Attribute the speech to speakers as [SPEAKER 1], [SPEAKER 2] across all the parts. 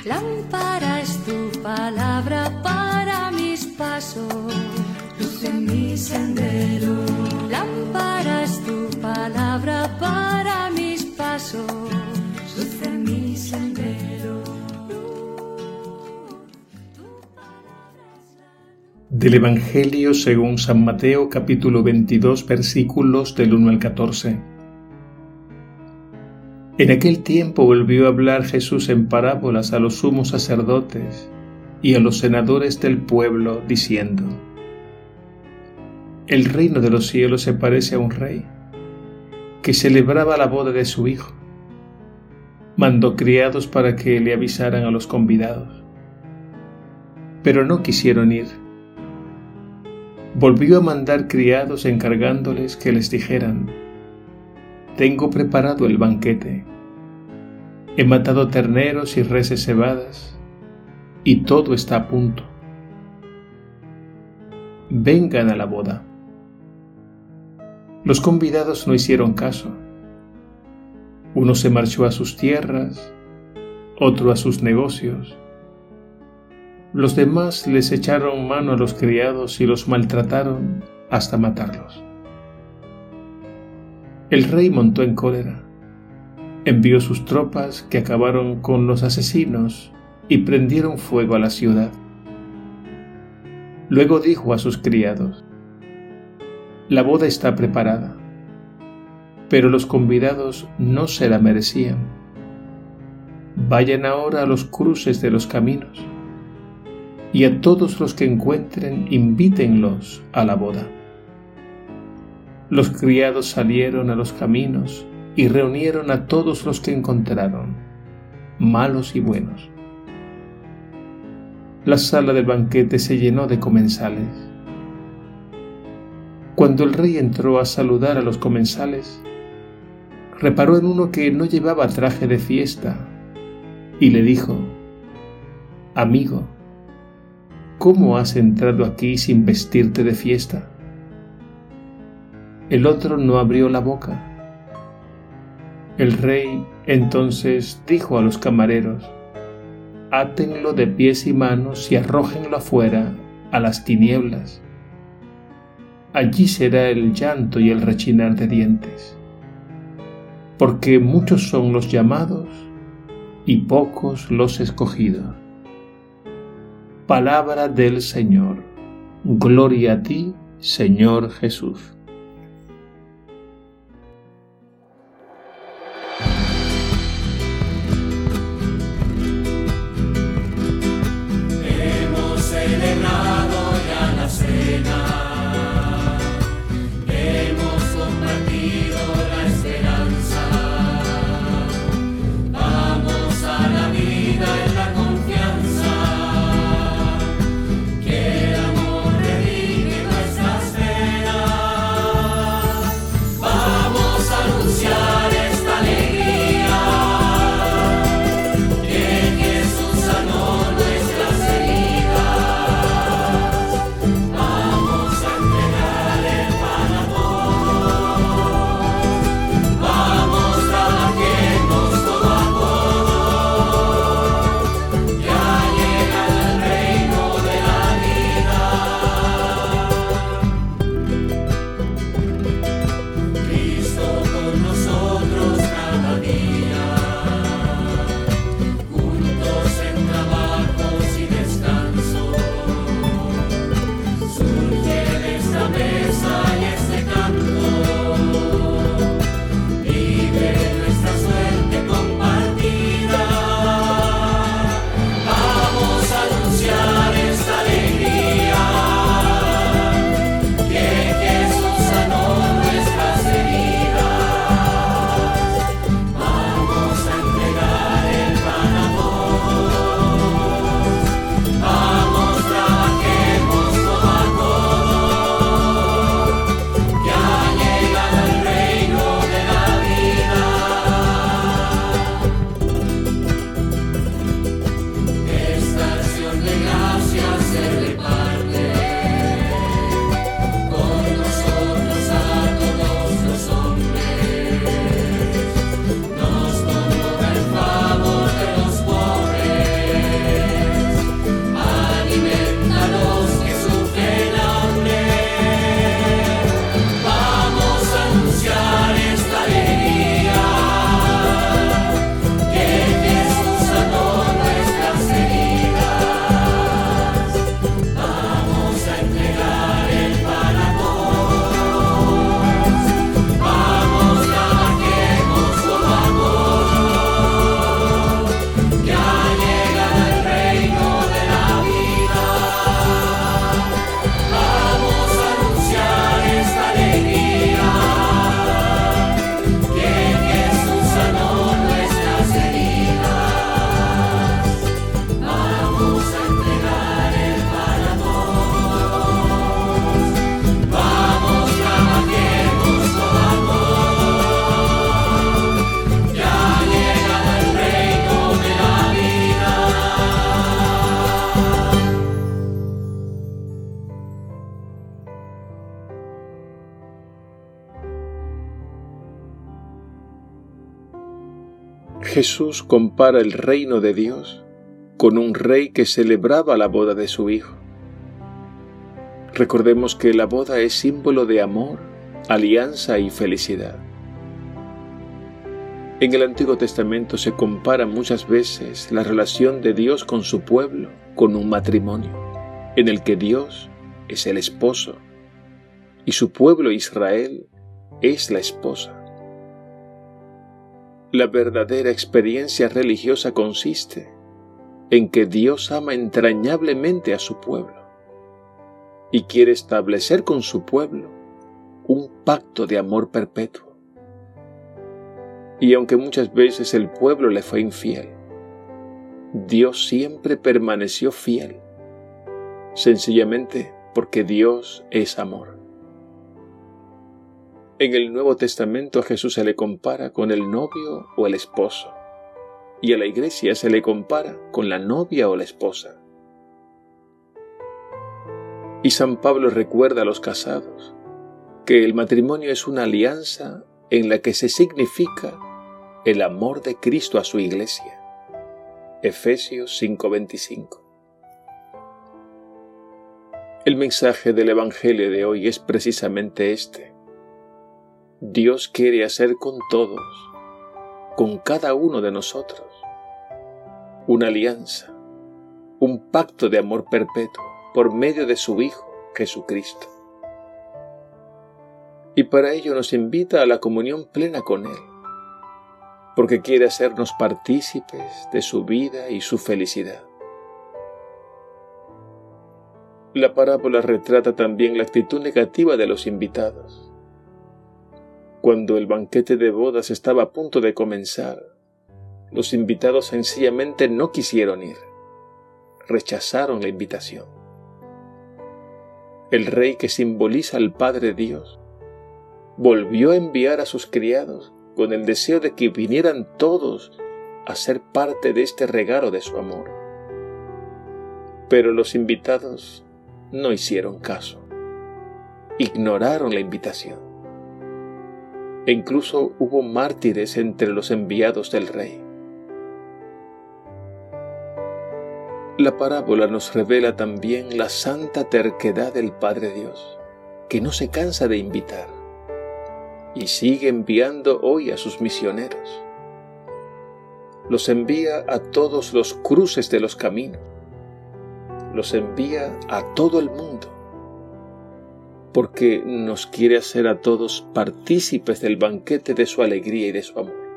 [SPEAKER 1] Lámpara es tu palabra para mis pasos, luz en mi sendero. Lámpara es tu palabra para mis pasos, luz en mi sendero.
[SPEAKER 2] Del Evangelio según San Mateo, capítulo 22, versículos del 1 al 14. En aquel tiempo volvió a hablar Jesús en parábolas a los sumos sacerdotes y a los senadores del pueblo, diciendo: El reino de los cielos se parece a un rey que celebraba la boda de su hijo. Mandó criados para que le avisaran a los convidados, pero no quisieron ir. Volvió a mandar criados encargándoles que les dijeran: Tengo preparado el banquete. He matado terneros y reses cebadas, y todo está a punto. Vengan a la boda. Los convidados no hicieron caso. Uno se marchó a sus tierras, otro a sus negocios. Los demás les echaron mano a los criados y los maltrataron hasta matarlos. El rey montó en cólera, envió sus tropas que acabaron con los asesinos y prendieron fuego a la ciudad. Luego dijo a sus criados: La boda está preparada, pero los convidados no se la merecían. Vayan ahora a los cruces de los caminos, y a todos los que encuentren invítenlos a la boda. Los criados salieron a los caminos y reunieron a todos los que encontraron, malos y buenos. La sala del banquete se llenó de comensales. Cuando el rey entró a saludar a los comensales, reparó en uno que no llevaba traje de fiesta y le dijo: Amigo, ¿cómo has entrado aquí sin vestirte de fiesta? El otro no abrió la boca. El rey entonces dijo a los camareros: Átenlo de pies y manos y arrójenlo afuera a las tinieblas. Allí será el llanto y el rechinar de dientes, porque muchos son los llamados y pocos los escogidos. Palabra del Señor. Gloria a ti, Señor Jesús.
[SPEAKER 3] Hemos celebrado ya la cena, hemos compartido la esperanza, vamos a la vida en la confianza. Que el amor revive nuestras venas.
[SPEAKER 2] Jesús compara el reino de Dios con un rey que celebraba la boda de su hijo. Recordemos que la boda es símbolo de amor, alianza y felicidad. En el Antiguo Testamento se compara muchas veces la relación de Dios con su pueblo con un matrimonio, en el que Dios es el esposo y su pueblo Israel es la esposa. La verdadera experiencia religiosa consiste en que Dios ama entrañablemente a su pueblo y quiere establecer con su pueblo un pacto de amor perpetuo. Y aunque muchas veces el pueblo le fue infiel, Dios siempre permaneció fiel, sencillamente porque Dios es amor. En el Nuevo Testamento a Jesús se le compara con el novio o el esposo, y a la iglesia se le compara con la novia o la esposa. Y San Pablo recuerda a los casados que el matrimonio es una alianza en la que se significa el amor de Cristo a su iglesia. Efesios 5:25. El mensaje del Evangelio de hoy es precisamente este. Dios quiere hacer con todos, con cada uno de nosotros, una alianza, un pacto de amor perpetuo por medio de su Hijo, Jesucristo. Y para ello nos invita a la comunión plena con Él, porque quiere hacernos partícipes de su vida y su felicidad. La parábola retrata también la actitud negativa de los invitados. Cuando el banquete de bodas estaba a punto de comenzar, los invitados sencillamente no quisieron ir, rechazaron la invitación. El rey, que simboliza al Padre Dios, volvió a enviar a sus criados con el deseo de que vinieran todos a ser parte de este regalo de su amor. Pero los invitados no hicieron caso, ignoraron la invitación. E incluso hubo mártires entre los enviados del rey. La parábola nos revela también la santa terquedad del Padre Dios, que no se cansa de invitar y sigue enviando hoy a sus misioneros. Los envía a todos los cruces de los caminos, los envía a todo el mundo, porque nos quiere hacer a todos partícipes del banquete de su alegría y de su amor.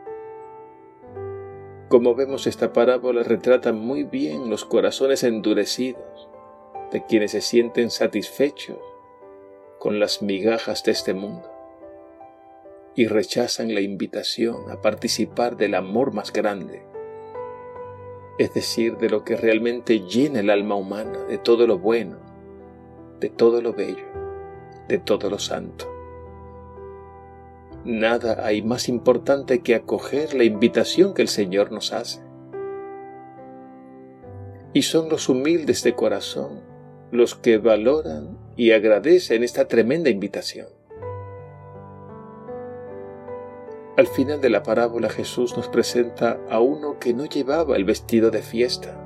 [SPEAKER 2] Como vemos, esta parábola retrata muy bien los corazones endurecidos de quienes se sienten satisfechos con las migajas de este mundo y rechazan la invitación a participar del amor más grande, es decir, de lo que realmente llena el alma humana, de todo lo bueno, de todo lo bello, de todo lo santo. Nada hay más importante que acoger la invitación que el Señor nos hace. Y son los humildes de corazón los que valoran y agradecen esta tremenda invitación. Al final de la parábola, Jesús nos presenta a uno que no llevaba el vestido de fiesta.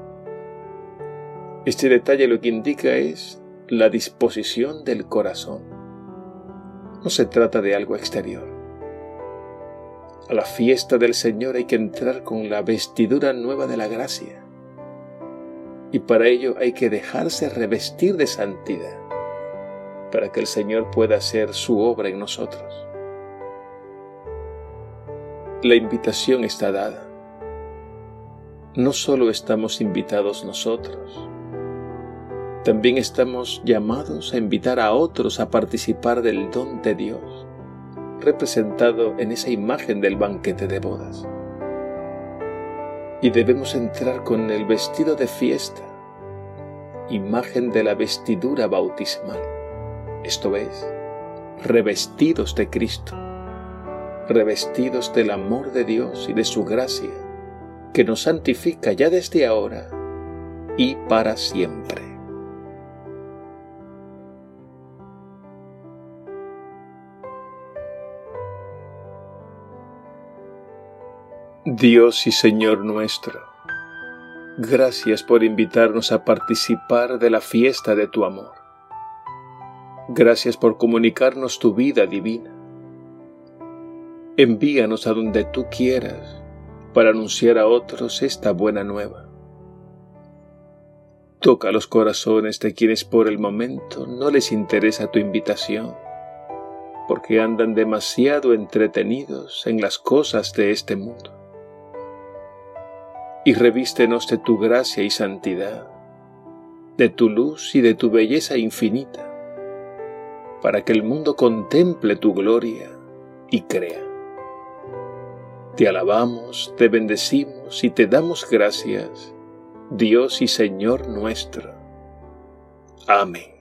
[SPEAKER 2] Este detalle lo que indica es la disposición del corazón. No se trata de algo exterior. A la fiesta del Señor hay que entrar con la vestidura nueva de la gracia. Y para ello hay que dejarse revestir de santidad, para que el Señor pueda hacer su obra en nosotros. La invitación está dada. No solo estamos invitados nosotros, también estamos llamados a invitar a otros a participar del don de Dios, representado en esa imagen del banquete de bodas. Y debemos entrar con el vestido de fiesta, imagen de la vestidura bautismal, esto es, revestidos de Cristo, revestidos del amor de Dios y de su gracia, que nos santifica ya desde ahora y para siempre. Dios y Señor nuestro, gracias por invitarnos a participar de la fiesta de tu amor. Gracias por comunicarnos tu vida divina. Envíanos a donde tú quieras para anunciar a otros esta buena nueva. Toca los corazones de quienes por el momento no les interesa tu invitación, porque andan demasiado entretenidos en las cosas de este mundo. Y revístenos de tu gracia y santidad, de tu luz y de tu belleza infinita, para que el mundo contemple tu gloria y crea. Te alabamos, te bendecimos y te damos gracias, Dios y Señor nuestro. Amén.